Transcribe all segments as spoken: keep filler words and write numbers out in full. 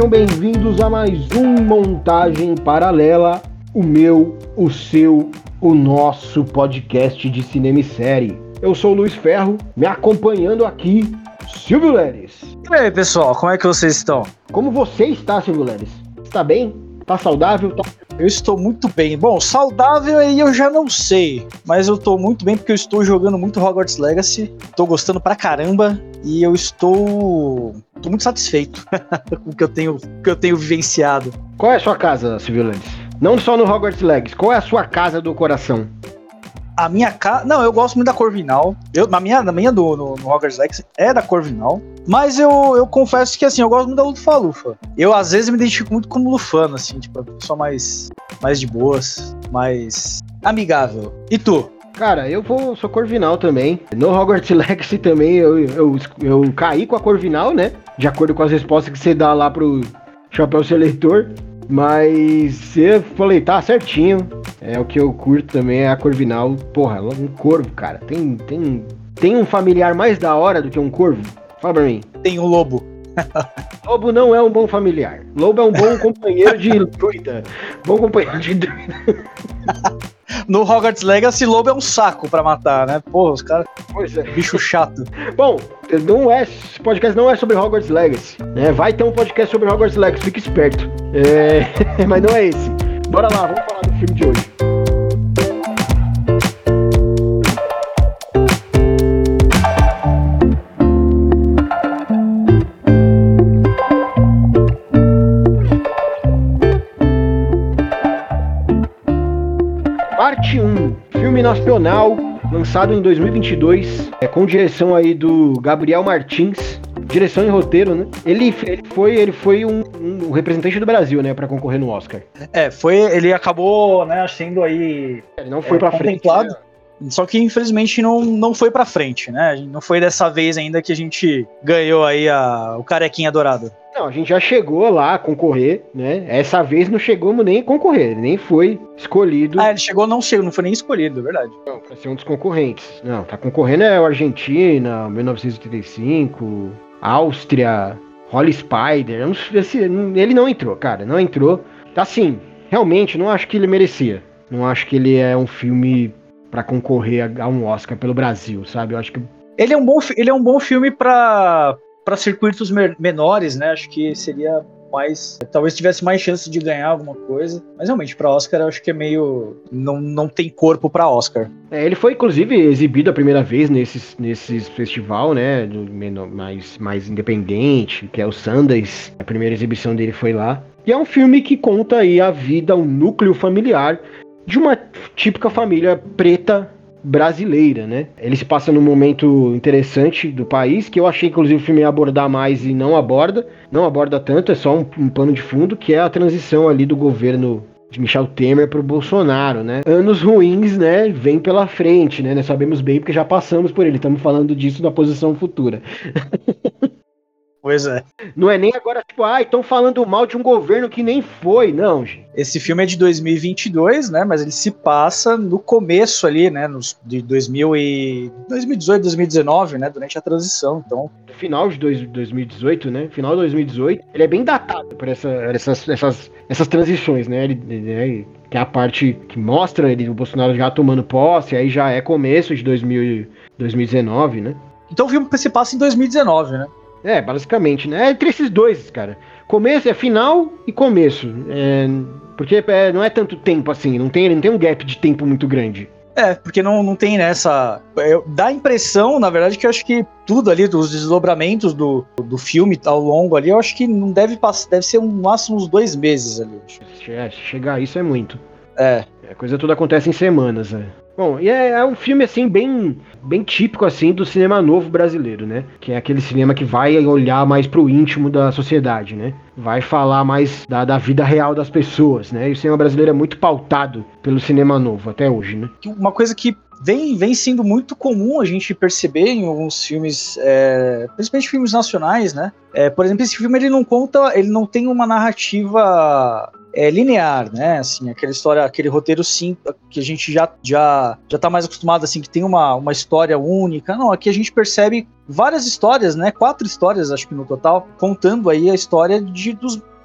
Sejam bem-vindos a mais um Montagem Paralela, o meu, o seu, o nosso podcast de cinema e série. Eu sou o Luiz Ferro, me acompanhando aqui, Silvio Leres. E aí, pessoal, como é que vocês estão? Como você está, Silvio Leres? Está bem? Tá saudável? Tá... Eu estou muito bem. Bom, saudável aí eu já não sei, mas eu estou muito bem porque eu estou jogando muito Hogwarts Legacy, estou gostando pra caramba e eu estou, estou muito satisfeito com o que eu tenho, que eu tenho vivenciado. Qual é a sua casa, Silvio Leres? Não só no Hogwarts Legacy, qual é a sua casa do coração? A minha casa... Não, eu gosto muito da Corvinal. Eu, na minha, na minha do, no, no Hogwarts Legacy é da Corvinal. Mas eu, eu confesso que, assim, eu gosto muito da Lufa-Lufa. Eu, às vezes, me identifico muito como Lufano, assim, tipo, a pessoa mais, mais de boas, mais amigável. E tu? Cara, eu vou, sou Corvinal também. No Hogwarts Legacy também eu, eu, eu caí com a Corvinal, né? De acordo com as respostas que você dá lá pro Chapéu Seletor. Mas eu falei, tá certinho. É o que eu curto também, é a Corvinal. Porra, um corvo, cara. Tem, tem, tem um familiar mais da hora do que um corvo? Fala pra mim. Tem um lobo. Lobo não é um bom familiar. Lobo é um bom companheiro de druida. Bom companheiro de druida. No Hogwarts Legacy, lobo é um saco pra matar, né? Porra, os caras... Pois é. Bicho chato. Bom, não é, esse podcast não é sobre Hogwarts Legacy, né? Vai ter um podcast sobre Hogwarts Legacy, fique esperto. É... Mas não é esse. Bora lá, vamos falar do filme de hoje. Parte um, filme nacional, lançado em dois mil e vinte e dois, é, com direção aí do Gabriel Martins, direção e roteiro, né? Ele, ele foi, ele foi um, um representante do Brasil, né, pra concorrer no Oscar. É, foi, ele acabou, né, sendo aí... Ele não foi é, pra contemplado, frente. Né? Só que infelizmente não, não foi pra frente, né? Não foi dessa vez ainda que a gente ganhou aí a, o carequinha dourado. Não, a gente já chegou lá a concorrer, né? Essa vez não chegamos nem a concorrer, ele nem foi escolhido. Ah, ele chegou, não chegou, não foi nem escolhido, é verdade. Não, pra ser um dos concorrentes. Não, tá concorrendo é o Argentina, mil novecentos e oitenta e cinco, Áustria, Holly Spider. Ele não entrou, cara, não entrou. Assim, realmente, não acho que ele merecia. Não acho que ele é um filme pra concorrer a um Oscar pelo Brasil, sabe? Eu acho que... Ele é um bom, ele é um bom filme pra... para circuitos menores, né? Acho que seria mais... Talvez tivesse mais chance de ganhar alguma coisa. Mas realmente, para Oscar, eu acho que é meio... Não, não tem corpo para Oscar. É, ele foi, inclusive, exibido a primeira vez nesses, nesses festival, né? Do menor, mais, mais independente, que é o Sundance. A primeira exibição dele foi lá. E é um filme que conta aí a vida, o núcleo familiar de uma típica família preta brasileira, né? Ele se passa num momento interessante do país, que eu achei, inclusive, o filme ia abordar mais e não aborda. Não aborda tanto, é só um, um pano de fundo, que é a transição ali do governo de Michel Temer pro Bolsonaro, né? Anos ruins, né? Vem pela frente, né? Nós sabemos bem porque já passamos por ele. Estamos falando disso na posição futura. Pois é. Não é nem agora, tipo, ah, estão falando mal de um governo que nem foi, não, gente. Esse filme é de dois mil e vinte e dois, né, mas ele se passa no começo ali, né, nos, de dois mil e... dois mil e dezoito, dois mil e dezenove, né, durante a transição, então... Final de dois, dois mil e dezoito, né, final de dois mil e dezoito, ele é bem datado por essa, essas, essas, essas transições, né, ele, ele, que é a parte que mostra ele, o Bolsonaro já tomando posse, aí já é começo de dois mil, dois mil e dezenove, né. Então o filme se passa em dois mil e dezenove, né. É, basicamente, né? É entre esses dois, cara. Começo é final e começo. É, porque é, não é tanto tempo assim, não tem, não tem um gap de tempo muito grande. É, porque não, não tem nessa... É, dá a impressão, na verdade, que eu acho que tudo ali, dos desdobramentos do, do filme ao longo ali, eu acho que não deve passar, deve ser no máximo uns dois meses ali. É, chegar a isso é muito. É. A coisa toda acontece em semanas, é. Bom, e é, é um filme, assim, bem, bem típico, assim, do cinema novo brasileiro, né? Que é aquele cinema que vai olhar mais pro íntimo da sociedade, né? Vai falar mais da, da vida real das pessoas, né? E o cinema brasileiro é muito pautado pelo cinema novo, até hoje, né? Uma coisa que vem, vem sendo muito comum a gente perceber em alguns filmes, é, principalmente filmes nacionais, né? É, por exemplo, esse filme, ele não conta, ele não tem uma narrativa... É linear, né, assim, aquela história, aquele roteiro sim, que a gente já, já, já tá mais acostumado, assim, que tem uma, uma história única. Não, aqui a gente percebe várias histórias, né, quatro histórias, acho que no total, contando aí a história de, dos,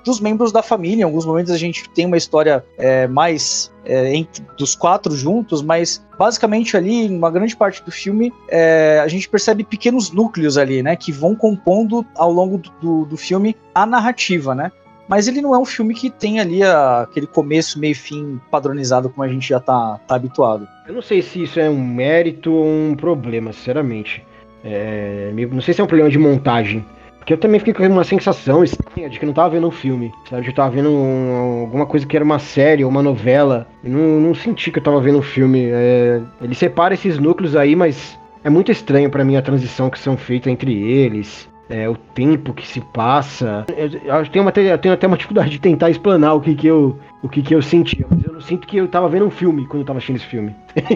dos membros da família. Em alguns momentos a gente tem uma história é, mais é, entre, dos quatro juntos, mas basicamente ali, uma grande parte do filme, é, a gente percebe pequenos núcleos ali, né, que vão compondo ao longo do, do, do filme a narrativa, né? Mas ele não é um filme que tem ali a, aquele começo, meio fim padronizado como a gente já tá, tá habituado. Eu não sei se isso é um mérito ou um problema, sinceramente. É, não sei se é um problema de montagem. Porque eu também fiquei com uma sensação estranha de que eu não tava vendo um filme, sabe? Eu tava vendo um, alguma coisa que era uma série ou uma novela. Eu não, não senti que eu tava vendo um filme. É, ele separa esses núcleos aí, mas é muito estranho pra mim a transição que são feitas entre eles. É, o tempo que se passa. Eu, eu, tenho uma, eu tenho até uma dificuldade de tentar explanar o que que eu, o que que eu sentia. Mas eu não sinto que eu tava vendo um filme quando eu tava assistindo esse filme.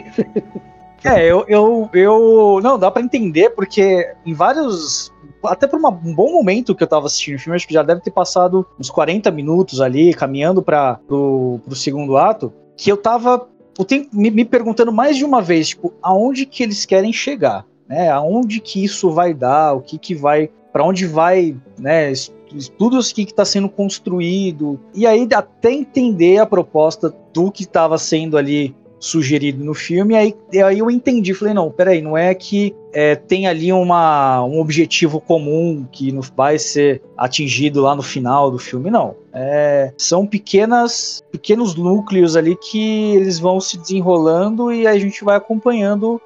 É, eu, eu, eu... Não, dá pra entender, porque em vários... Até por uma, um bom momento que eu tava assistindo o filme, acho que já deve ter passado uns quarenta minutos ali, caminhando para pro, pro segundo ato, que eu tava eu tenho, me, me perguntando mais de uma vez, tipo, aonde que eles querem chegar, né? Aonde que isso vai dar, o que que vai... Para onde vai, né? Tudo isso que está sendo construído. E aí, até entender a proposta do que estava sendo ali sugerido no filme, aí, aí eu entendi, falei, não, peraí, não é que é, tem ali uma, um objetivo comum que não vai ser atingido lá no final do filme, não. É, são pequenas, pequenos núcleos ali que eles vão se desenrolando e aí a gente vai acompanhando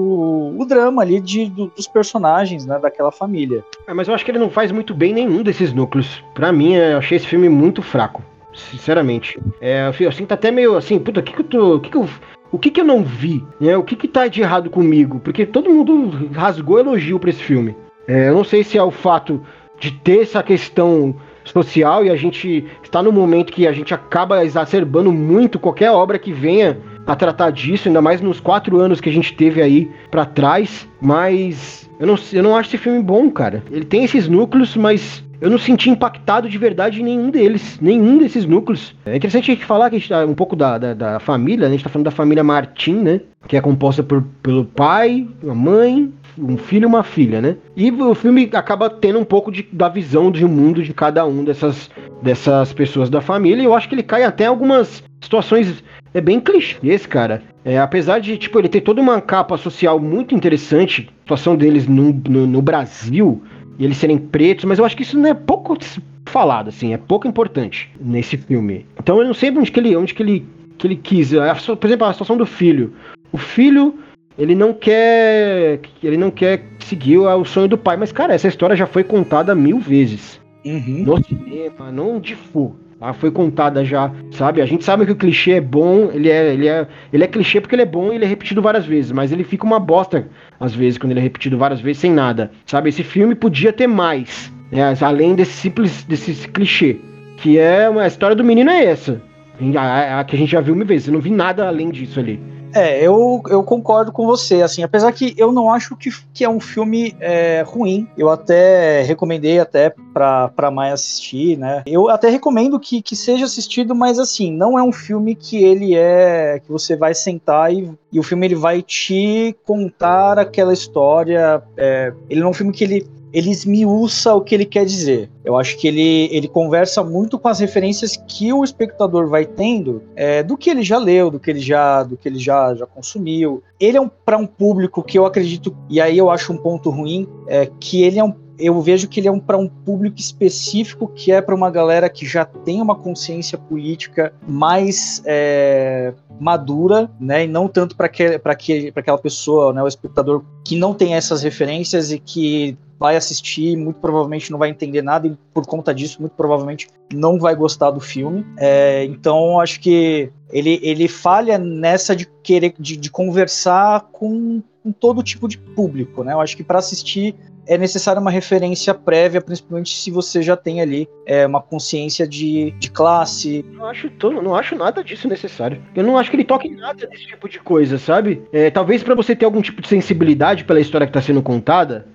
o, o drama ali de, do, dos personagens, né, daquela família. É, mas eu acho que ele não faz muito bem nenhum desses núcleos. Pra mim, eu achei esse filme muito fraco. Sinceramente. É, eu sinto até meio assim, puta, o que que eu tô. O que que eu, o que que eu não vi? Né? O que que tá de errado comigo? Porque todo mundo rasgou elogio pra esse filme. É, eu não sei se é o fato de ter essa questão social e a gente está no momento que a gente acaba exacerbando muito qualquer obra que venha a tratar disso, ainda mais nos quatro anos que a gente teve aí pra trás. Mas eu não, eu não acho esse filme bom, cara. Ele tem esses núcleos, mas eu não senti impactado de verdade em nenhum deles, nenhum desses núcleos. É interessante a gente falar que a gente tá um pouco da, da, da família, né? A gente tá falando da família Martin, né? Que é composta por, pelo pai, a mãe, um filho e uma filha, né? E o filme acaba tendo um pouco de, da visão de mundo de cada um dessas, dessas pessoas da família. E eu acho que ele cai até em algumas situações é bem clichês, cara. É, apesar de, tipo, ele ter toda uma capa social muito interessante, a situação deles no, no, no Brasil, e eles serem pretos, mas eu acho que isso não é pouco falado, assim, é pouco importante nesse filme. Então eu não sei onde que ele, onde que ele, que ele quis. Por exemplo, a situação do filho. O filho, ele não quer, ele não quer seguir o sonho do pai, mas, cara, essa história já foi contada mil vezes. Uhum. No cinema, não onde for. Tá? Foi contada já, sabe? A gente sabe que o clichê é bom, ele é, ele, é, ele é clichê porque ele é bom e ele é repetido várias vezes, mas ele fica uma bosta, às vezes, quando ele é repetido várias vezes sem nada, sabe? Esse filme podia ter mais, né? Além desse simples, desse clichê, que é uma a história do menino é essa, a, a que a gente já viu mil vezes, eu não vi nada além disso ali. É, eu, eu concordo com você, assim, apesar que eu não acho que, que é um filme é, ruim, eu até recomendei até pra, pra Mai assistir, né, eu até recomendo que, que seja assistido, mas assim, não é um filme que ele é, que você vai sentar e, e o filme ele vai te contar aquela história, é, ele não é um filme que ele ele esmiuça o que ele quer dizer. Eu acho que ele, ele conversa muito com as referências que o espectador vai tendo é, do que ele já leu, do que ele já, do que ele já, já consumiu. Ele é um, para um público que eu acredito, e aí eu acho um ponto ruim, é que ele é um eu vejo que ele é um, para um público específico, que é para uma galera que já tem uma consciência política mais é, madura, né, e não tanto para que, que, aquela pessoa, né, o espectador que não tem essas referências e que vai assistir, muito provavelmente não vai entender nada e por conta disso, muito provavelmente não vai gostar do filme. É, então, acho que ele, ele falha nessa de querer de, de conversar com, com todo tipo de público, né? Eu acho que para assistir é necessária uma referência prévia, principalmente se você já tem ali é, uma consciência de, de classe. Não acho, não acho nada disso necessário. Eu não acho que ele toque em nada desse tipo de coisa, sabe? É, talvez para você ter algum tipo de sensibilidade pela história que está sendo contada,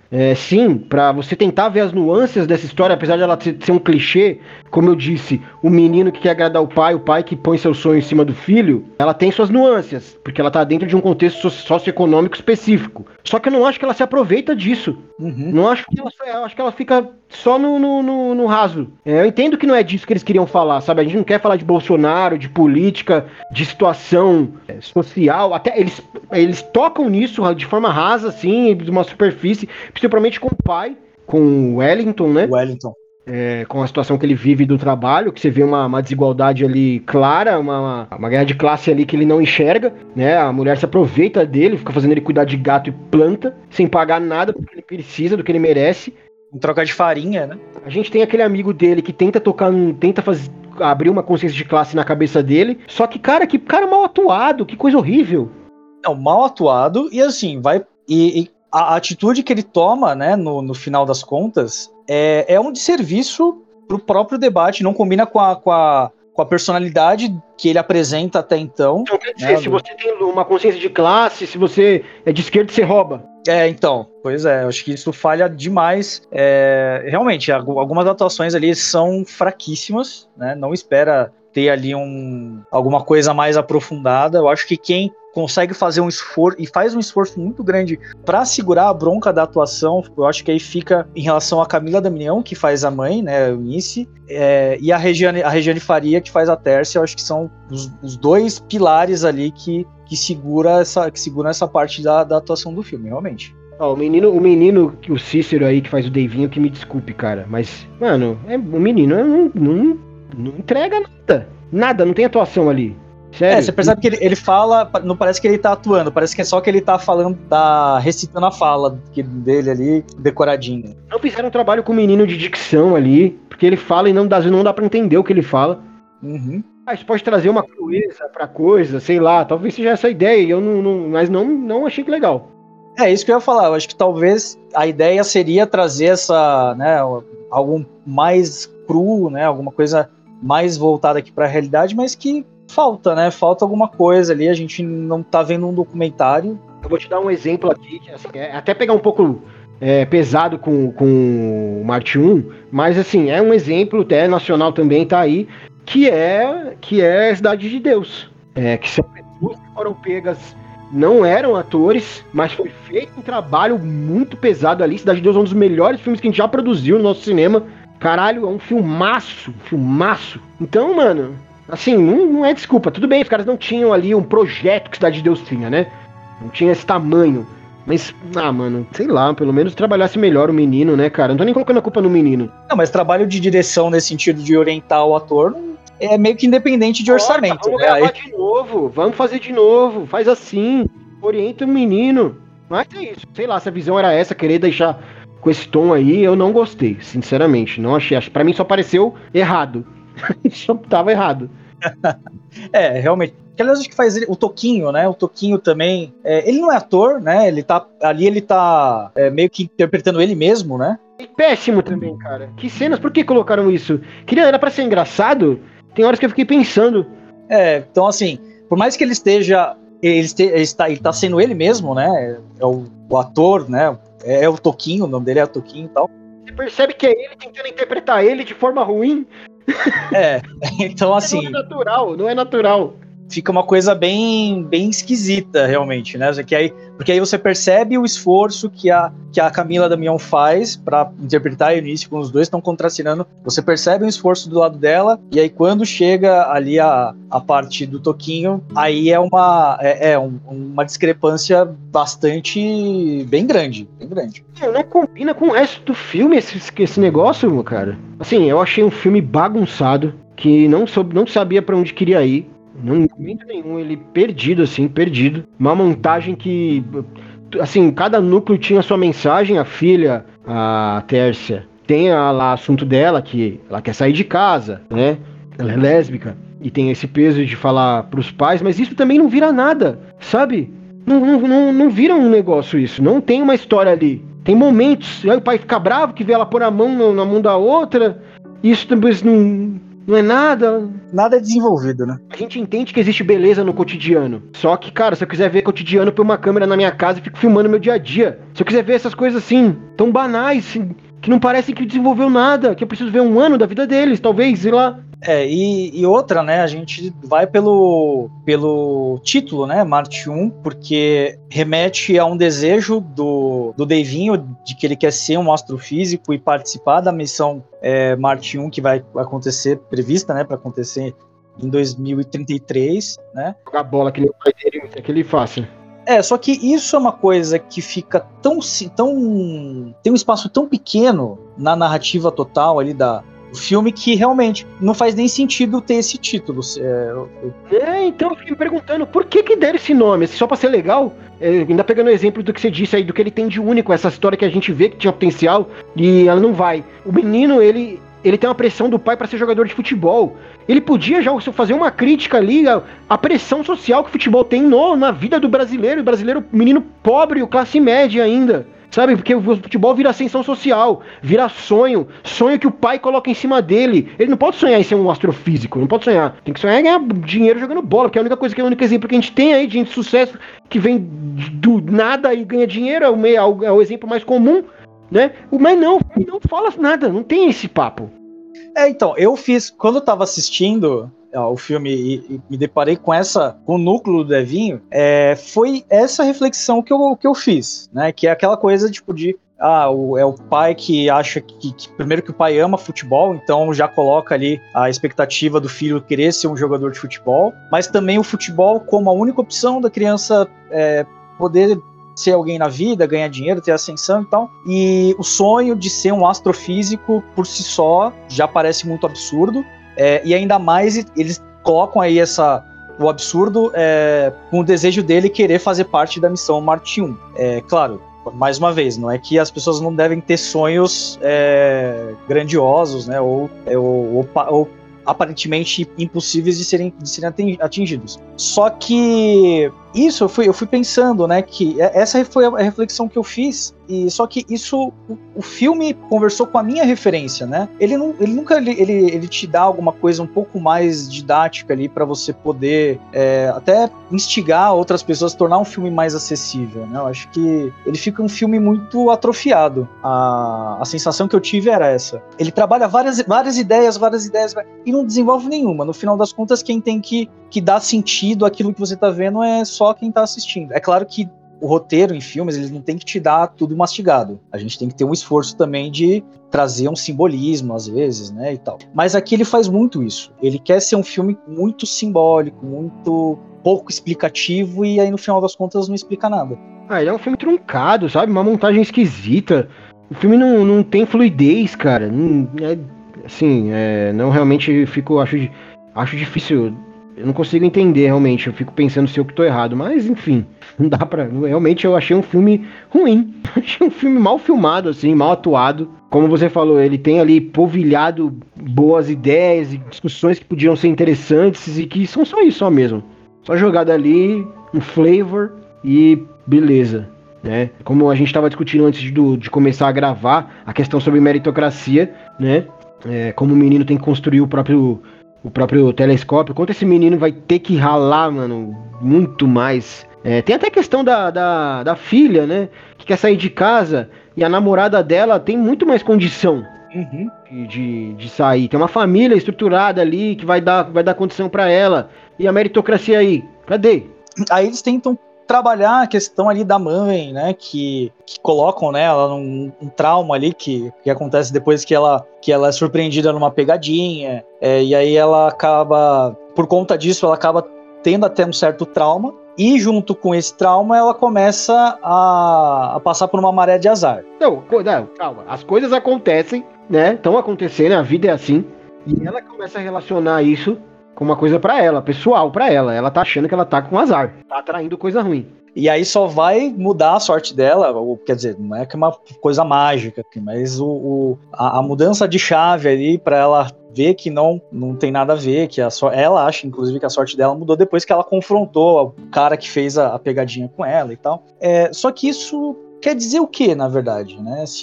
É, sim, pra você tentar ver as nuances dessa história, apesar de ela ser um clichê, como eu disse, o menino que quer agradar o pai, o pai que põe seu sonho em cima do filho, ela tem suas nuances, porque ela tá dentro de um contexto socioeconômico específico. Só que eu não acho que ela se aproveita disso. Uhum. Não acho que ela, eu acho que ela fica só no, no, no, no raso. É, eu entendo que não é disso que eles queriam falar, sabe? A gente não quer falar de Bolsonaro, de política, de situação é, social. Até eles, eles tocam nisso de forma rasa, assim, de uma superfície, principalmente com o pai, com o Wellington, né? Wellington. É, com a situação que ele vive do trabalho, que você vê uma, uma desigualdade ali clara, uma, uma guerra de classe ali que ele não enxerga, né? A mulher se aproveita dele, fica fazendo ele cuidar de gato e planta, sem pagar nada do que ele precisa, do que ele merece. Em troca de farinha, né? A gente tem aquele amigo dele que tenta tocar, tenta fazer, abrir uma consciência de classe na cabeça dele, só que, cara, que cara mal atuado, que coisa horrível. Não, mal atuado, e assim, vai... E, e a atitude que ele toma, né, no, no final das contas, é, é um desserviço pro próprio debate, não combina com a, com, a, com a personalidade que ele apresenta até então. Então, quer dizer, né, se você tem uma consciência de classe, se você é de esquerda, você rouba. É, então, pois é, eu acho que isso falha demais. É, realmente, algumas atuações ali são fraquíssimas, né, não espera ter ali um, alguma coisa mais aprofundada. Eu acho que quem consegue fazer um esforço, e faz um esforço muito grande para segurar a bronca da atuação, eu acho que aí fica em relação a Camila Damião, que faz a mãe, né, Eunice, é, e a Regiane, a Regiane Faria, que faz a Tércia. Eu acho que são os, os dois pilares ali que, que, segura essa, que seguram essa parte da, da atuação do filme, realmente. Ó, o menino, o menino, o Cícero aí, que faz o Davinho, que me desculpe, cara, mas, mano, é, o menino não, não, não entrega nada, nada, não tem atuação ali. Sério? É, você percebe que ele, ele fala, não parece que ele tá atuando, parece que é só que ele tá falando, tá recitando a fala dele ali, decoradinho. Não fizeram um trabalho com o menino de dicção ali, porque ele fala e não dá, não dá pra entender o que ele fala. Uhum. Ah, isso pode trazer uma crueza pra coisa, sei lá, talvez seja essa ideia, eu não, não, mas não, não achei que legal. É isso que eu ia falar, eu acho que talvez a ideia seria trazer essa, né, algo mais cru, né, alguma coisa mais voltada aqui pra realidade, mas que falta, né? Falta alguma coisa ali, a gente não tá vendo um documentário. Eu vou te dar um exemplo aqui, que assim, é até pegar um pouco é, pesado com, com o Marte um, mas assim, é um exemplo até nacional também, tá aí, que é, que é Cidade de Deus. É, que são pessoas que foram pegas, não eram atores, mas foi feito um trabalho muito pesado ali. Cidade de Deus é um dos melhores filmes que a gente já produziu no nosso cinema. Caralho, é um filmaço, filmaço. Então, mano... Assim, não, não é desculpa, tudo bem, os caras não tinham ali um projeto que Cidade de Deus tinha, né? Não tinha esse tamanho. Mas, ah, mano, sei lá, pelo menos trabalhasse melhor o menino, né, cara? Não tô nem colocando a culpa no menino. Não, mas trabalho de direção nesse sentido de orientar o ator é meio que independente de orçamento. Vamos né? gravar Aí... de novo, vamos fazer de novo, faz assim, orienta o menino. Mas é isso, sei lá, se a visão era essa, querer deixar com esse tom aí, eu não gostei, sinceramente. Não achei, pra mim só pareceu errado. Só tava errado. É, realmente. Que, aliás, acho que faz ele, o Toquinho, né? O Toquinho também. É, ele não é ator, né? Ele tá. Ali ele tá é, meio que interpretando ele mesmo, né? E péssimo também, cara. Que cenas, por que colocaram isso? Queria, era pra ser engraçado? Tem horas que eu fiquei pensando. É, então assim, por mais que ele esteja. Ele, este, ele, está, ele tá sendo ele mesmo, né? É o, o ator, né? É, é o Toquinho, o nome dele é Toquinho e tal. Você percebe que é ele tentando interpretar ele de forma ruim. É, então assim... Não é natural, não é natural. Fica uma coisa bem, bem esquisita, realmente, né? Que aí, porque aí você percebe o esforço que a, que a Camila Damião faz pra interpretar a Eunice, com os dois estão contracenando. Você percebe um esforço do lado dela, e aí quando chega ali a, a parte do Toquinho, aí é uma, é, é um, uma discrepância bastante bem grande, bem grande. Não combina com o resto do filme esse, esse negócio, cara. Assim, eu achei um filme bagunçado, que não, soube, não sabia pra onde queria ir. Não momento nenhum, ele perdido, assim, perdido. Uma montagem que, assim, cada núcleo tinha sua mensagem. A filha, a Tércia, tem a, lá assunto dela, que ela quer sair de casa, né? Ela é lésbica e tem esse peso de falar pros pais, mas isso também não vira nada, sabe? Não, não, não, não vira um negócio isso, não tem uma história ali. Tem momentos, aí o pai fica bravo que vê ela pôr a mão na mão da outra, isso também não... não é nada. Nada é desenvolvido, né? A gente entende que existe beleza no cotidiano. Só que, cara, se eu quiser ver cotidiano por uma câmera na minha casa, eu fico filmando meu dia a dia. Se eu quiser ver essas coisas assim, tão banais, assim, que não parecem que desenvolveu nada, que eu preciso ver um ano da vida deles, talvez, sei lá. É, e, e outra, né, a gente vai pelo, pelo título, né, Marte um, porque remete a um desejo do, do Davinho, de que ele quer ser um astrofísico e participar da missão é, Marte um, que vai acontecer, prevista, né, para acontecer em dois mil e trinta e três, né. Jogar bola que nem o pai dele, que ele faça. É, só que isso é uma coisa que fica tão, tão... tem um espaço tão pequeno na narrativa total ali da o filme que realmente não faz nem sentido ter esse título. É, eu... é então eu fiquei me perguntando por que que deram esse nome, só pra ser legal? É, ainda pegando o exemplo do que você disse aí, do que ele tem de único, essa história que a gente vê que tinha potencial e ela não vai. O menino, ele, ele tem uma pressão do pai pra ser jogador de futebol. Ele podia já fazer uma crítica ali à, à pressão social que o futebol tem no, na vida do brasileiro, o brasileiro, menino pobre, o classe média ainda. Sabe, porque o futebol vira ascensão social, vira sonho, sonho que o pai coloca em cima dele. Ele não pode sonhar em ser um astrofísico, não pode sonhar. Tem que sonhar em ganhar dinheiro jogando bola, que é a única coisa, que é o único exemplo que a gente tem aí de gente de sucesso que vem do nada e ganha dinheiro, é o, meio, é o exemplo mais comum, né? Mas não, não fala nada, não tem esse papo. É, então, eu fiz, quando eu tava assistindo ó, o filme e, e me deparei com essa, com o núcleo do Davinho, é, foi essa reflexão que eu, que eu fiz, né? Que é aquela coisa, tipo, de ah, o, é o pai que acha que, que, primeiro que o pai ama futebol, então já coloca ali a expectativa do filho querer ser um jogador de futebol, mas também o futebol como a única opção da criança é, poder ser alguém na vida, ganhar dinheiro, ter ascensão e tal. E o sonho de ser um astrofísico por si só já parece muito absurdo. É, e ainda mais eles colocam aí essa, o absurdo é, com o desejo dele querer fazer parte da missão Marte um. É, claro, mais uma vez, não é que as pessoas não devem ter sonhos é, grandiosos, né, ou, ou, ou, ou aparentemente impossíveis de serem, de serem atingidos. Só que isso eu fui, eu fui pensando, né, que essa foi a reflexão que eu fiz, e só que isso, o, o filme conversou com a minha referência, né, ele, não, ele nunca, ele, ele, ele te dá alguma coisa um pouco mais didática ali para você poder é, até instigar outras pessoas a tornar um filme mais acessível, né, eu acho que ele fica um filme muito atrofiado, a, a sensação que eu tive era essa, ele trabalha várias, várias ideias, várias ideias, e não desenvolve nenhuma, no final das contas quem tem que, que dar sentido àquilo que você tá vendo é só quem tá assistindo. É claro que o roteiro em filmes, eles não tem que te dar tudo mastigado. A gente tem que ter um esforço também de trazer um simbolismo, às vezes, né, e tal. Mas aqui ele faz muito isso. Ele quer ser um filme muito simbólico, muito pouco explicativo, e aí no final das contas não explica nada. Ah, ele é um filme truncado, sabe? Uma montagem esquisita. O filme não, não tem fluidez, cara. Não, é, assim, é, não realmente fico, acho, acho difícil. Eu não consigo entender, realmente. Eu fico pensando se eu que tô errado. Mas, enfim, não dá pra... Realmente, eu achei um filme ruim. Achei um filme mal filmado, assim, mal atuado. Como você falou, ele tem ali polvilhado boas ideias e discussões que podiam ser interessantes e que são só isso, só mesmo. Só jogado ali, um flavor e beleza, né? Como a gente estava discutindo antes de, de começar a gravar, a questão sobre meritocracia, né? É, como o menino tem que construir o próprio... o próprio telescópio, quanto esse menino vai ter que ralar, mano, muito mais. É, tem até a questão da, da, da filha, né, que quer sair de casa, e a namorada dela tem muito mais condição uhum. de, de sair. Tem uma família estruturada ali, que vai dar, vai dar condição pra ela. E a meritocracia aí, cadê? Aí eles tentam trabalhar a questão ali da mãe, né, que, que colocam, né, ela num um trauma ali que, que acontece depois que ela, que ela é surpreendida numa pegadinha, é, e aí ela acaba, por conta disso, ela acaba tendo até um certo trauma, e junto com esse trauma ela começa a, a passar por uma maré de azar. Não, não, calma, as coisas acontecem, né, estão acontecendo, a vida é assim, e ela começa a relacionar isso com uma coisa pra ela, pessoal pra ela. Ela tá achando que ela tá com azar, tá atraindo coisa ruim. E aí só vai mudar a sorte dela, ou, quer dizer, não é que é uma coisa mágica, mas o, o, a, a mudança de chave ali pra ela ver que não, não tem nada a ver, que a so, ela acha, inclusive, que a sorte dela mudou depois que ela confrontou o cara que fez a, a pegadinha com ela e tal. É, só que isso quer dizer o quê, na verdade, né? Assim,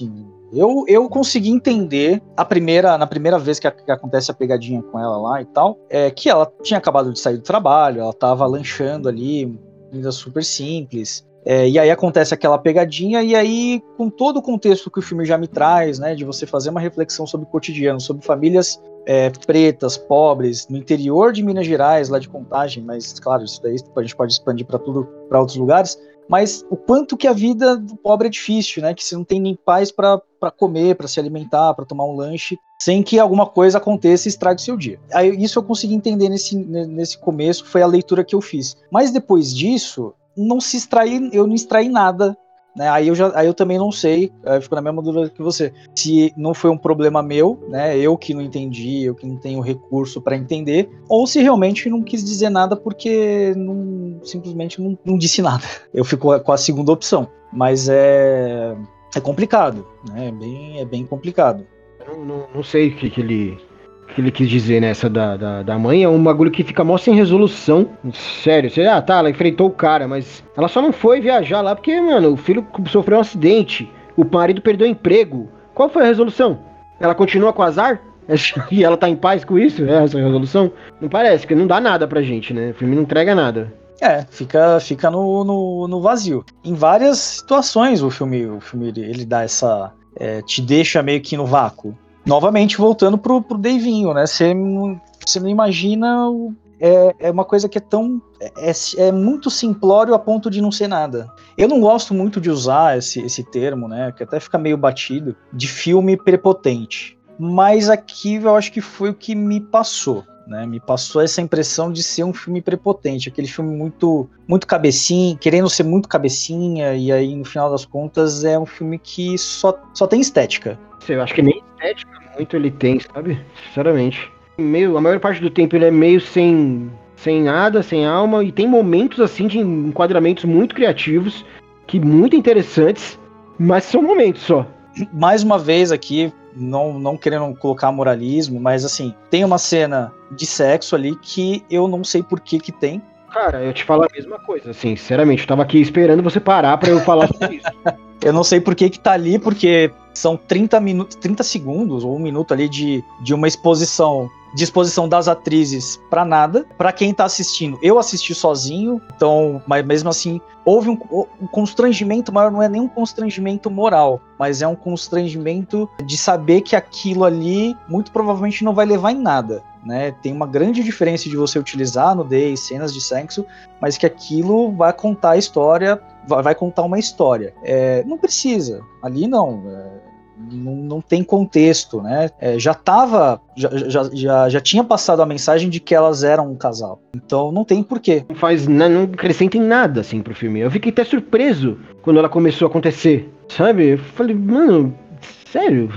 Eu, eu consegui entender a primeira, na primeira vez que, a, que acontece a pegadinha com ela lá e tal, é que ela tinha acabado de sair do trabalho, ela tava lanchando ali, ainda super simples. É, e aí acontece aquela pegadinha, e aí, com todo o contexto que o filme já me traz, né, de você fazer uma reflexão sobre o cotidiano, sobre famílias é, pretas, pobres, no interior de Minas Gerais, lá de Contagem, mas, claro, isso daí a gente pode expandir para tudo, para outros lugares, mas o quanto que a vida do pobre é difícil, né, que você não tem nem paz para comer, para se alimentar, para tomar um lanche, sem que alguma coisa aconteça e estrague o seu dia. Aí, isso eu consegui entender nesse, nesse começo, foi a leitura que eu fiz. Mas depois disso, não se extrair, eu não extraí nada, né? Aí eu já, aí eu também não sei, eu fico na mesma dúvida que você, se não foi um problema meu, né? Eu que não entendi, eu que não tenho recurso para entender, ou se realmente não quis dizer nada porque não, simplesmente não, não disse nada. Eu fico com a segunda opção, mas é, é complicado, né? É bem, é bem complicado. Eu não, não, não sei o que, que ele. que ele quis dizer nessa da, da, da mãe é um bagulho que fica mó sem resolução. Sério, você, ah tá, ela enfrentou o cara, mas ela só não foi viajar lá porque, mano, o filho sofreu um acidente, o marido perdeu o emprego. Qual foi a resolução? Ela continua com azar? E ela tá em paz com isso? É essa a resolução? Não parece, porque não dá nada pra gente, né? O filme não entrega nada. É, fica, fica no, no, no vazio. Em várias situações o filme, o filme ele, ele dá essa... É, te deixa meio que no vácuo. Novamente, voltando pro, pro Davinho, né? Você não imagina... É, é uma coisa que é tão... É, é muito simplório a ponto de não ser nada. Eu não gosto muito de usar esse, esse termo, né? Que até fica meio batido, de filme prepotente. Mas aqui eu acho que foi o que me passou. Né, me passou essa impressão de ser um filme prepotente, aquele filme muito, muito cabecinha, querendo ser muito cabecinha, e aí no final das contas é um filme que só, só tem estética. Eu acho que nem estética muito ele tem, sabe? Sinceramente. Meio, a maior parte do tempo ele é meio sem, sem nada, sem alma, e tem momentos assim de enquadramentos muito criativos, que muito interessantes, mas são momentos só. Mais uma vez aqui, não, não querendo colocar moralismo, mas assim, tem uma cena de sexo ali que eu não sei por que que tem. Cara, eu te falo a mesma coisa, assim, sinceramente, eu tava aqui esperando você parar pra eu falar sobre isso. Eu não sei por que que tá ali, porque são trinta minutos, trinta segundos ou um minuto ali de, de uma exposição, de exposição das atrizes pra nada. Pra quem tá assistindo, eu assisti sozinho, então, mas mesmo assim, houve um, um constrangimento maior, não é nem um constrangimento moral, mas é um constrangimento de saber que aquilo ali muito provavelmente não vai levar em nada. Né? Tem uma grande diferença de você utilizar nudez, cenas de sexo, mas que aquilo vai contar a história, vai, vai contar uma história. É, não precisa, ali não, é, não, não tem contexto, né? É, já tava, já, já, já, já tinha passado a mensagem de que elas eram um casal, então não tem porquê. Não faz, não, não acrescenta em nada, assim, pro filme. Eu fiquei até surpreso quando ela começou a acontecer, sabe? Eu falei, mano, sério?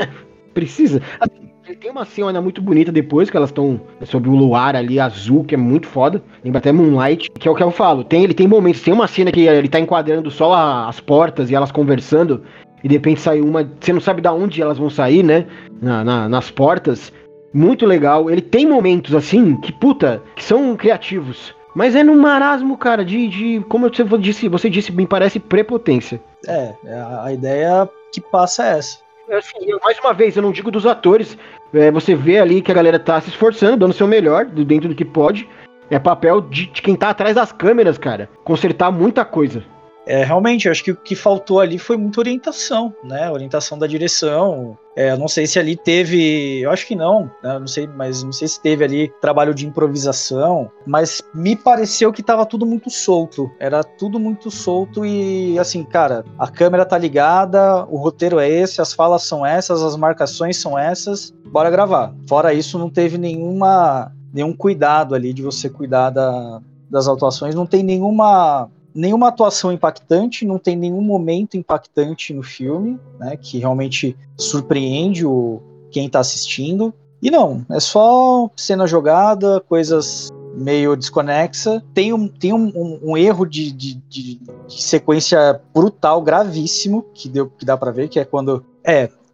Precisa? Assim, tem uma cena muito bonita depois, que elas estão sob o luar ali azul, que é muito foda. Lembra até Moonlight, que é o que eu falo. Tem, ele tem momentos, tem uma cena que ele tá enquadrando só a, as portas e elas conversando, e de repente sai uma, você não sabe de onde elas vão sair, né? Na, na, nas portas. Muito legal. Ele tem momentos assim, que puta, que são criativos. Mas é num marasmo, cara, de, de como você disse, você disse, me parece prepotência. É, a ideia que passa é essa. Assim, mais uma vez, eu não digo dos atores, é, você vê ali que a galera tá se esforçando, dando o seu melhor, dentro do que pode. É papel de, de quem tá atrás das câmeras, cara, consertar muita coisa. É, realmente, eu acho que o que faltou ali foi muita orientação, né? Orientação da direção. É, eu não sei se ali teve, eu acho que não, né? Não sei, mas não sei se teve ali trabalho de improvisação, mas me pareceu que tava tudo muito solto. Era tudo muito solto e, assim, cara, a câmera tá ligada, o roteiro é esse, as falas são essas, as marcações são essas, bora gravar. Fora isso, não teve nenhuma, nenhum cuidado ali de você cuidar da, das atuações, não tem nenhuma... nenhuma atuação impactante, não tem nenhum momento impactante no filme, né, que realmente surpreende o, quem está assistindo. E não, é só cena jogada, coisas meio desconexa. Tem um, tem um, um, um erro de, de, de, de sequência brutal, gravíssimo, que, deu, que dá para ver, que é quando... É,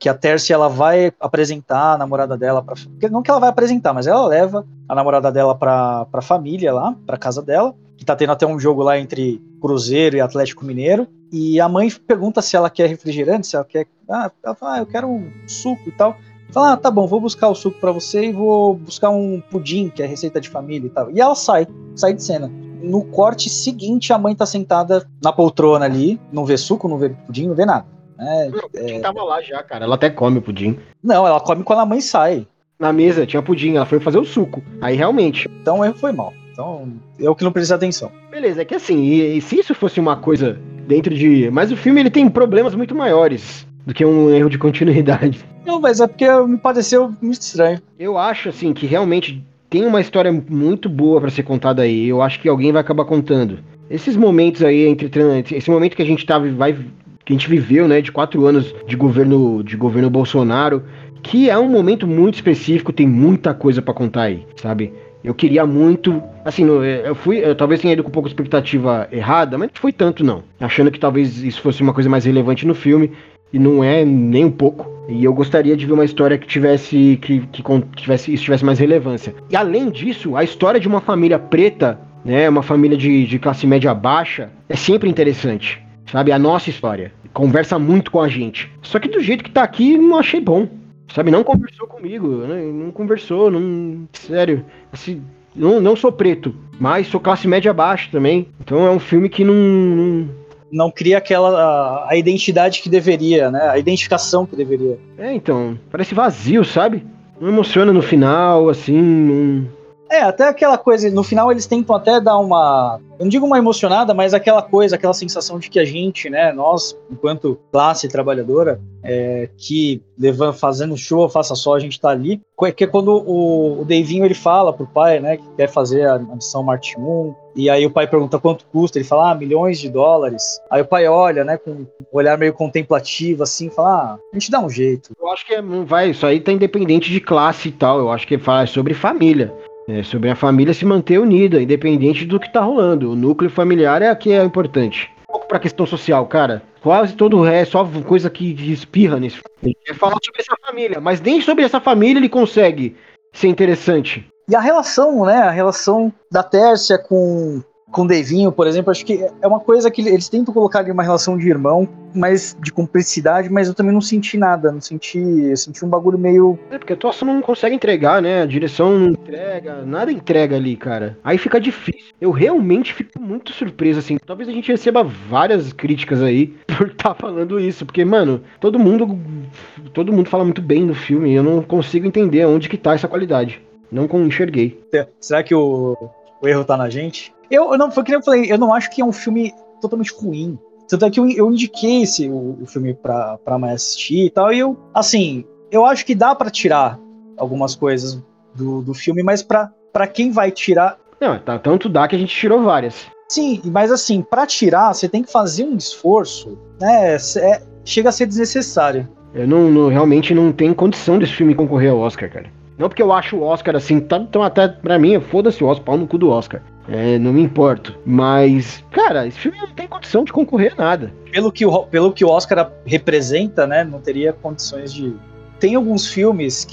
que a Tércia ela vai apresentar a namorada dela para, não que ela vai apresentar, mas ela leva a namorada dela para a família lá, para casa dela, que tá tendo até um jogo lá entre Cruzeiro e Atlético Mineiro, e a mãe pergunta se ela quer refrigerante, se ela quer, ah, ela fala, ah, eu quero um suco e tal. Fala, ah, tá bom, vou buscar o suco para você e vou buscar um pudim, que é receita de família e tal. E ela sai, sai de cena. No corte seguinte, a mãe tá sentada na poltrona ali, não vê suco, não vê pudim, não vê nada. É, não, o pudim é... tava lá já, cara. Ela até come o pudim. Não, ela come quando a mãe sai. Na mesa tinha pudim, ela foi fazer o suco. Aí realmente. Então o erro foi mal. Então eu que não prestei atenção. Beleza, é que assim, e, e se isso fosse uma coisa dentro de... Mas o filme ele tem problemas muito maiores do que um erro de continuidade. Não, mas é porque me pareceu muito estranho. Eu acho, assim, que realmente tem uma história muito boa pra ser contada aí. Eu acho que alguém vai acabar contando. Esses momentos aí, entre esse momento que a gente tá, vai, que a gente viveu, né, de quatro anos de governo, de governo Bolsonaro, que é um momento muito específico, tem muita coisa pra contar aí, sabe? Eu queria muito, assim, eu fui, eu talvez tenha ido com um pouco de expectativa errada, mas não foi tanto não. Achando que talvez isso fosse uma coisa mais relevante no filme, e não é nem um pouco. E eu gostaria de ver uma história que tivesse, que, que, que tivesse, isso tivesse mais relevância. E além disso, a história de uma família preta, né, uma família de, de classe média baixa, é sempre interessante, sabe? A nossa história. Conversa muito com a gente. Só que do jeito que tá aqui, não achei bom. Sabe, não conversou comigo, né? Não conversou, não... Sério, assim, não, não sou preto, mas sou classe média baixa também. Então é um filme que não... não... Não cria aquela a, a identidade que deveria, né? A identificação que deveria. É, então, parece vazio, sabe? Não emociona no final, assim, não... É, até aquela coisa, no final eles tentam até dar uma, eu não digo uma emocionada, mas aquela coisa, aquela sensação de que a gente, né, nós, enquanto classe trabalhadora, é, que levando, fazendo show, faça só, a gente tá ali, que é quando o, o Davinho, ele fala pro pai, né, que quer fazer a, a missão Marte um, e aí o pai pergunta quanto custa, ele fala, ah, milhões de dólares, aí o pai olha, né, com um olhar meio contemplativo, assim, fala, ah, a gente dá um jeito. Eu acho que não vai, isso aí tá independente de classe e tal, eu acho que fala sobre família. É sobre a família se manter unida, independente do que tá rolando. O núcleo familiar é aqui é importante. Um pouco pra questão social, cara. Quase todo o resto, só coisa que espirra nesse filme. Ele quer falar sobre essa família, mas nem sobre essa família ele consegue ser interessante. E a relação, né? A relação da Tércia com com o Davinho, por exemplo, acho que é uma coisa que eles tentam colocar ali uma relação de irmão, mas de cumplicidade, mas eu também não senti nada, não senti, eu senti um bagulho meio... É, porque a atuação não consegue entregar, né, a direção não entrega, nada entrega ali, cara. Aí fica difícil. Eu realmente fico muito surpreso, assim, talvez a gente receba várias críticas aí por estar tá falando isso, porque, mano, todo mundo, todo mundo fala muito bem do filme, e eu não consigo entender onde que tá essa qualidade. Não enxerguei. Será que o, o erro tá na gente? Eu, eu não, foi que eu falei, eu não acho que é um filme totalmente ruim. Tanto é que eu, eu indiquei esse, o, o filme pra, pra mãe assistir e tal, e eu, assim, eu acho que dá pra tirar algumas coisas do, do filme, mas pra, pra quem vai tirar... Não, tá, tanto dá que a gente tirou várias. Sim, mas assim, pra tirar, você tem que fazer um esforço, né, é, chega a ser desnecessário. Eu não, não, realmente não tenho condição desse filme concorrer ao Oscar, cara. Não porque eu acho o Oscar assim, tá, então até pra mim, foda-se o Oscar, pau no cu do Oscar. É, não me importo. Mas, cara, esse filme não tem condição de concorrer a nada. Pelo que o, pelo que o Oscar representa, né, não teria condições de... Tem alguns filmes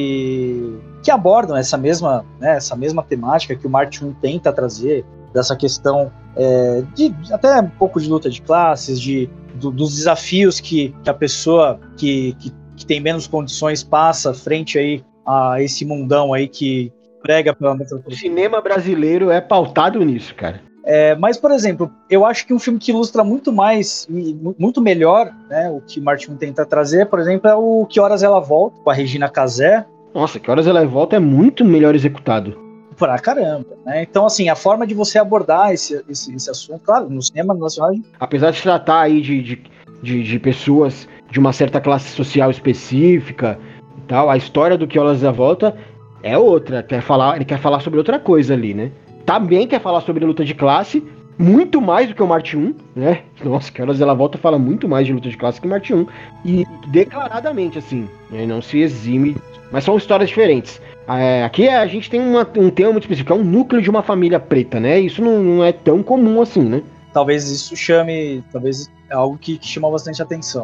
que, que abordam essa mesma, né, essa mesma temática que o Marte um tenta trazer, dessa questão é, de até um pouco de luta de classes, de, do, dos desafios que, que a pessoa que, que, que tem menos condições passa frente aí a esse mundão aí que prega pela metodologia. O cinema brasileiro é pautado nisso, cara. É, mas, por exemplo, eu acho que um filme que ilustra muito mais, muito melhor, né, o que Martin tenta trazer, por exemplo, é o Que Horas Ela Volta, com a Regina Casé. Nossa, Que Horas Ela Volta é muito melhor executado. Pra caramba, né? Então, assim, a forma de você abordar esse, esse, esse assunto, claro, no cinema nacional... Apesar de se tratar aí de, de, de, de pessoas de uma certa classe social específica e tal, a história do Que Horas Ela Volta é outra, quer falar, ele quer falar sobre outra coisa ali, né? Também quer falar sobre luta de classe, muito mais do que o Marte um, né? Nossa, Que Horas Ela Volta fala muito mais de luta de classe que o Marte um. E declaradamente, assim, né? Não se exime, mas são histórias diferentes. É, aqui a gente tem uma, um tema muito específico, é um núcleo de uma família preta, né? Isso não, não é tão comum assim, né? Talvez isso chame, talvez é algo que, que chama bastante atenção.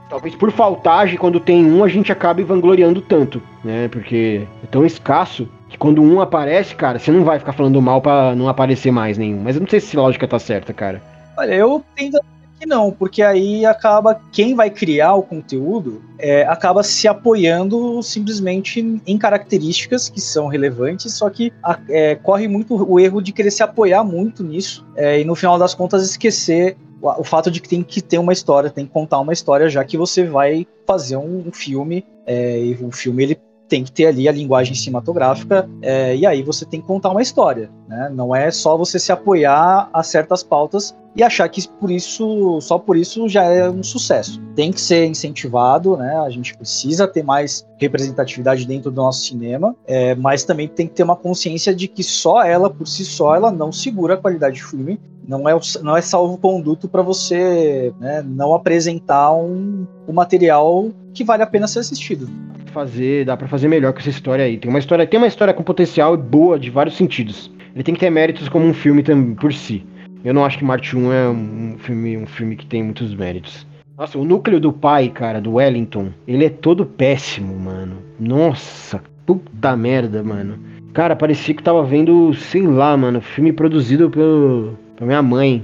Talvez por faltagem, quando tem um, a gente acabe vangloriando tanto, né? Porque é tão escasso que quando um aparece, cara, você não vai ficar falando mal pra não aparecer mais nenhum. Mas eu não sei se a lógica tá certa, cara. Olha, eu tendo a dizer que não, porque aí acaba, quem vai criar o conteúdo é, acaba se apoiando simplesmente em características que são relevantes, só que é, corre muito o erro de querer se apoiar muito nisso é, e no final das contas esquecer o fato de que tem que ter uma história, tem que contar uma história, já que você vai fazer um, um filme, é, e o filme ele tem que ter ali a linguagem cinematográfica, é, e aí você tem que contar uma história, né? Não é só você se apoiar a certas pautas e achar que por isso, só por isso já é um sucesso. Tem que ser incentivado, né? A gente precisa ter mais representatividade dentro do nosso cinema, é, mas também tem que ter uma consciência de que só ela, por si só, ela não segura a qualidade de filme. Não é, não é salvo-conduto para você, né, não apresentar um, um material que vale a pena ser assistido. Fazer, dá pra fazer melhor com essa história aí. Tem uma história, tem uma história com potencial boa de vários sentidos. Ele tem que ter méritos como um filme também por si. Eu não acho que Marte um é um filme, um filme que tem muitos méritos. Nossa, o núcleo do pai, cara, do Wellington, ele é todo péssimo, mano. Nossa, puta merda, mano. Cara, parecia que tava vendo, sei lá, mano, filme produzido pelo, pela minha mãe.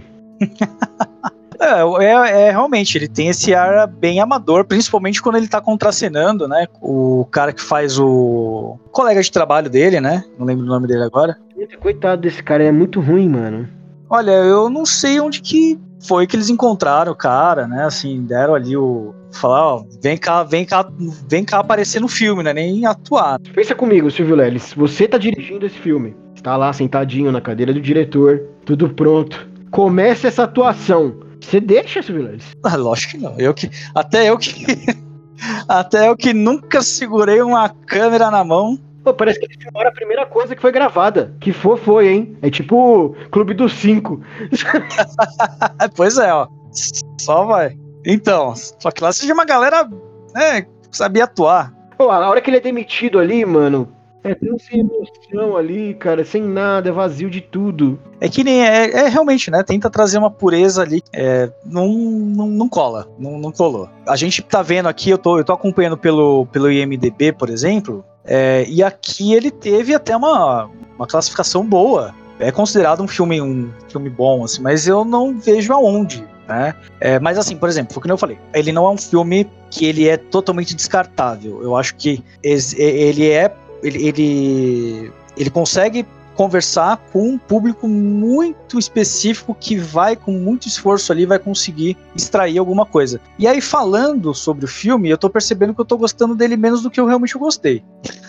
É, é, é, realmente, ele tem esse ar bem amador, principalmente quando ele tá contracenando, né? O cara que faz o colega de trabalho dele, né? Não lembro o nome dele agora. Coitado desse cara, é muito ruim, mano. Olha, eu não sei onde que foi que eles encontraram o cara, né? Assim, deram ali o... Falar, ó, vem cá, vem cá, vem cá aparecer no filme, né? Nem atuar. Pensa comigo, Silvio Leles, você tá dirigindo esse filme. Está lá sentadinho na cadeira do diretor, tudo pronto. Começa essa atuação. Você deixa, Silvio Leles? Ah, lógico que não. Eu que, até eu que... até eu que nunca segurei uma câmera na mão. Pô, parece que eles filmaram a primeira coisa que foi gravada. Que for, foi, hein? É tipo Clube dos Cinco. Pois é, ó. Só vai. Então, só que lá seja uma galera, né, que sabia atuar. Pô, a hora que ele é demitido ali, mano, é tão sem emoção ali, cara, sem nada, é vazio de tudo. É que nem, é, é realmente, né, tenta trazer uma pureza ali, é, não, não, não cola, não, não colou. A gente tá vendo aqui, eu tô, eu tô acompanhando pelo, pelo I M D B, por exemplo, é, e aqui ele teve até uma, uma classificação boa. É considerado um filme, um filme bom, assim, mas eu não vejo aonde. Né? É, mas assim, por exemplo, foi o que eu falei, ele não é um filme que ele é totalmente descartável. Eu acho que ele é ele, ele, ele consegue conversar com um público muito específico que vai, com muito esforço ali, vai conseguir extrair alguma coisa. E aí, falando sobre o filme, eu tô percebendo que eu tô gostando dele menos do que eu realmente gostei.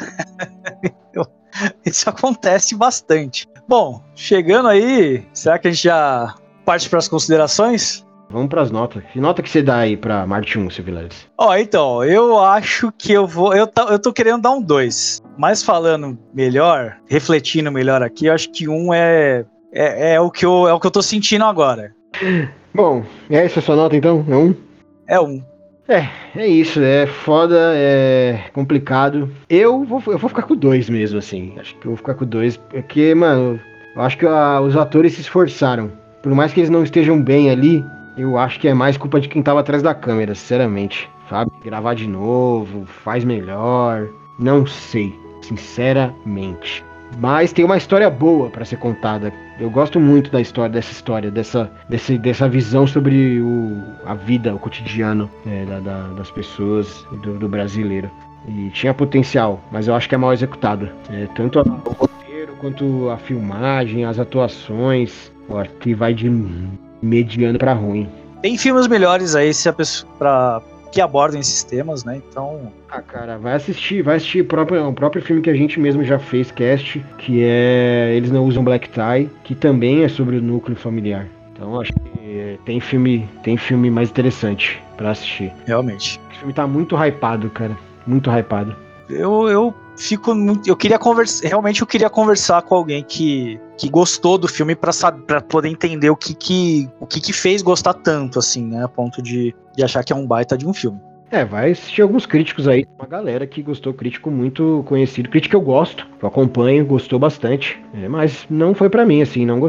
Isso acontece bastante. Bom, chegando aí, será que a gente já parte para as considerações? Vamos para as notas. Que nota que você dá aí para Marte um, Silvio Leles? Ó, então, eu acho que eu vou... Eu, tá, eu tô querendo dar um dois. Mas falando melhor, refletindo melhor aqui, eu acho que um é, é, é, o, que eu, é o que eu tô sentindo agora. Bom, é essa a sua nota então? É um? É um. É, é isso, é foda, é complicado. Eu vou, eu vou ficar com dois mesmo, assim. Acho que eu vou ficar com dois, porque, mano, eu acho que a, os atores se esforçaram. Por mais que eles não estejam bem ali, eu acho que é mais culpa de quem tava atrás da câmera, sinceramente. Sabe? Gravar de novo, faz melhor. Não sei, sinceramente. Mas tem uma história boa pra ser contada. Eu gosto muito da história, dessa história, dessa, desse, dessa visão sobre o, a vida, o cotidiano é, da, da, das pessoas, do, do brasileiro. E tinha potencial, mas eu acho que é mal executado. É, tanto a, o roteiro, quanto a filmagem, as atuações. Eu acho que vai de mediano pra ruim. Tem filmes melhores aí se a pessoa, pra, que abordam esses temas, né? Então... Ah, cara, vai assistir, vai assistir o próprio, o próprio filme que a gente mesmo já fez cast, que é Eles Não Usam Black Tie, que também é sobre o núcleo familiar. Então acho que tem filme, tem filme mais interessante pra assistir. Realmente. O filme tá muito hypado, cara. Muito hypado. Eu, eu fico muito... Eu queria conversar... Realmente eu queria conversar com alguém que, que gostou do filme pra, saber, pra poder entender o que que, o que que fez gostar tanto, assim, né? A ponto de, de achar que é um baita de um filme. É, vai assistir alguns críticos aí. Uma galera que gostou, crítico muito conhecido. Crítico que eu gosto, que eu acompanho, gostou bastante. É, mas não foi pra mim, assim, não gostei.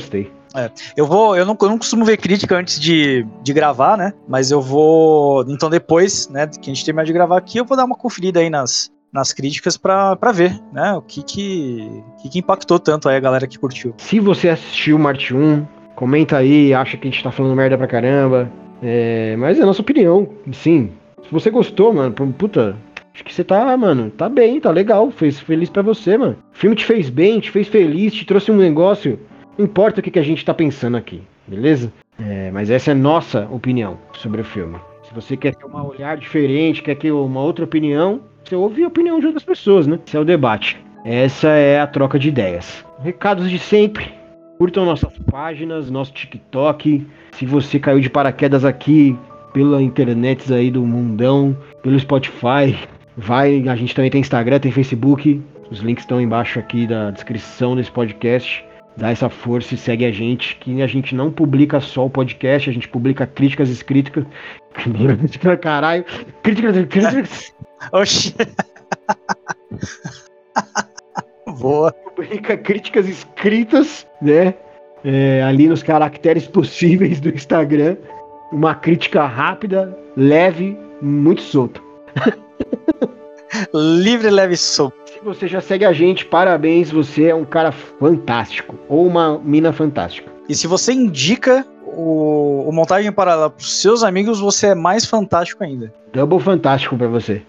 É, eu vou, eu não, eu não costumo ver crítica antes de, de gravar, né? Mas eu vou, então depois, né, que a gente terminar de gravar aqui, eu vou dar uma conferida aí nas, nas críticas pra, pra ver, né, o que que, que que impactou tanto aí a galera que curtiu. Se você assistiu Marte um, comenta aí, acha que a gente tá falando merda pra caramba, é, mas é a nossa opinião, sim. Se você gostou, mano, puta, acho que você tá, mano, tá bem, tá legal, fez feliz pra você, mano. O filme te fez bem, te fez feliz, te trouxe um negócio, não importa o que, que a gente tá pensando aqui, beleza? É, mas essa é a nossa opinião sobre o filme. Se você quer ter um olhar diferente, quer ter uma outra opinião, você ouve a opinião de outras pessoas, né? Esse é o debate. Essa é a troca de ideias. Recados de sempre. Curtam nossas páginas, nosso TikTok. Se você caiu de paraquedas aqui pela internet aí do mundão, pelo Spotify, vai. A gente também tem Instagram, tem Facebook. Os links estão embaixo aqui da descrição desse podcast. Dá essa força e segue a gente, que a gente não publica só o podcast, a gente publica críticas escritas. Caralho. Críticas escritas. Oxi. Boa. Publica críticas escritas, né? É, ali nos caracteres possíveis do Instagram. Uma crítica rápida, leve, muito solta. Livre, leve e solto. Se você já segue a gente, parabéns, você é um cara fantástico. Ou uma mina fantástica. E se você indica o, o Montagem Paralela para os seus amigos, você é mais fantástico ainda. Double fantástico pra você.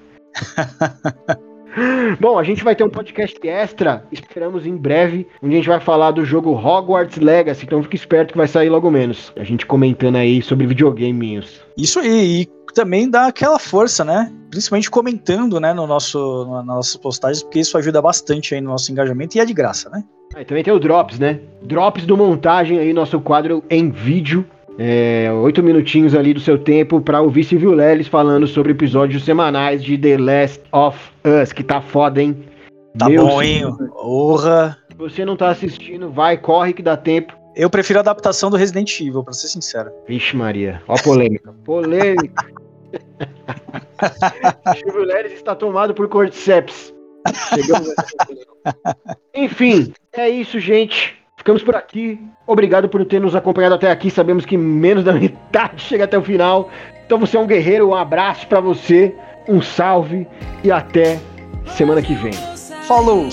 Bom, a gente vai ter um podcast extra, esperamos em breve, onde a gente vai falar do jogo Hogwarts Legacy, então fique esperto que vai sair logo menos. A gente comentando aí sobre videogames. Isso aí, e também dá aquela força, né? Principalmente comentando, né, no nosso, nas nossas postagens, porque isso ajuda bastante aí no nosso engajamento e é de graça, né? Ah, e também tem o Drops, né? Drops do Montagem aí, nosso quadro em vídeo. É, oito minutinhos ali do seu tempo pra ouvir Silvio Leles falando sobre episódios semanais de The Last of Us, que tá foda, hein? Tá Meu bom, hein? Porra! Se você não tá assistindo, vai, corre que dá tempo. Eu prefiro a adaptação do Resident Evil, pra ser sincero. Vixe Maria, ó a polêmica. Polêmica. Silvio Leles está tomado por cordyceps. Chegamos a... Enfim, é isso, gente. Ficamos por aqui. Obrigado por ter nos acompanhado até aqui. Sabemos que menos da metade chega até o final. Então você é um guerreiro. Um abraço pra você. Um salve. E até semana que vem. Falou!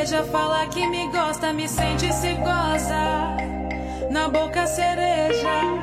Fala que me gosta, me sente e se goza. Na boca cereja.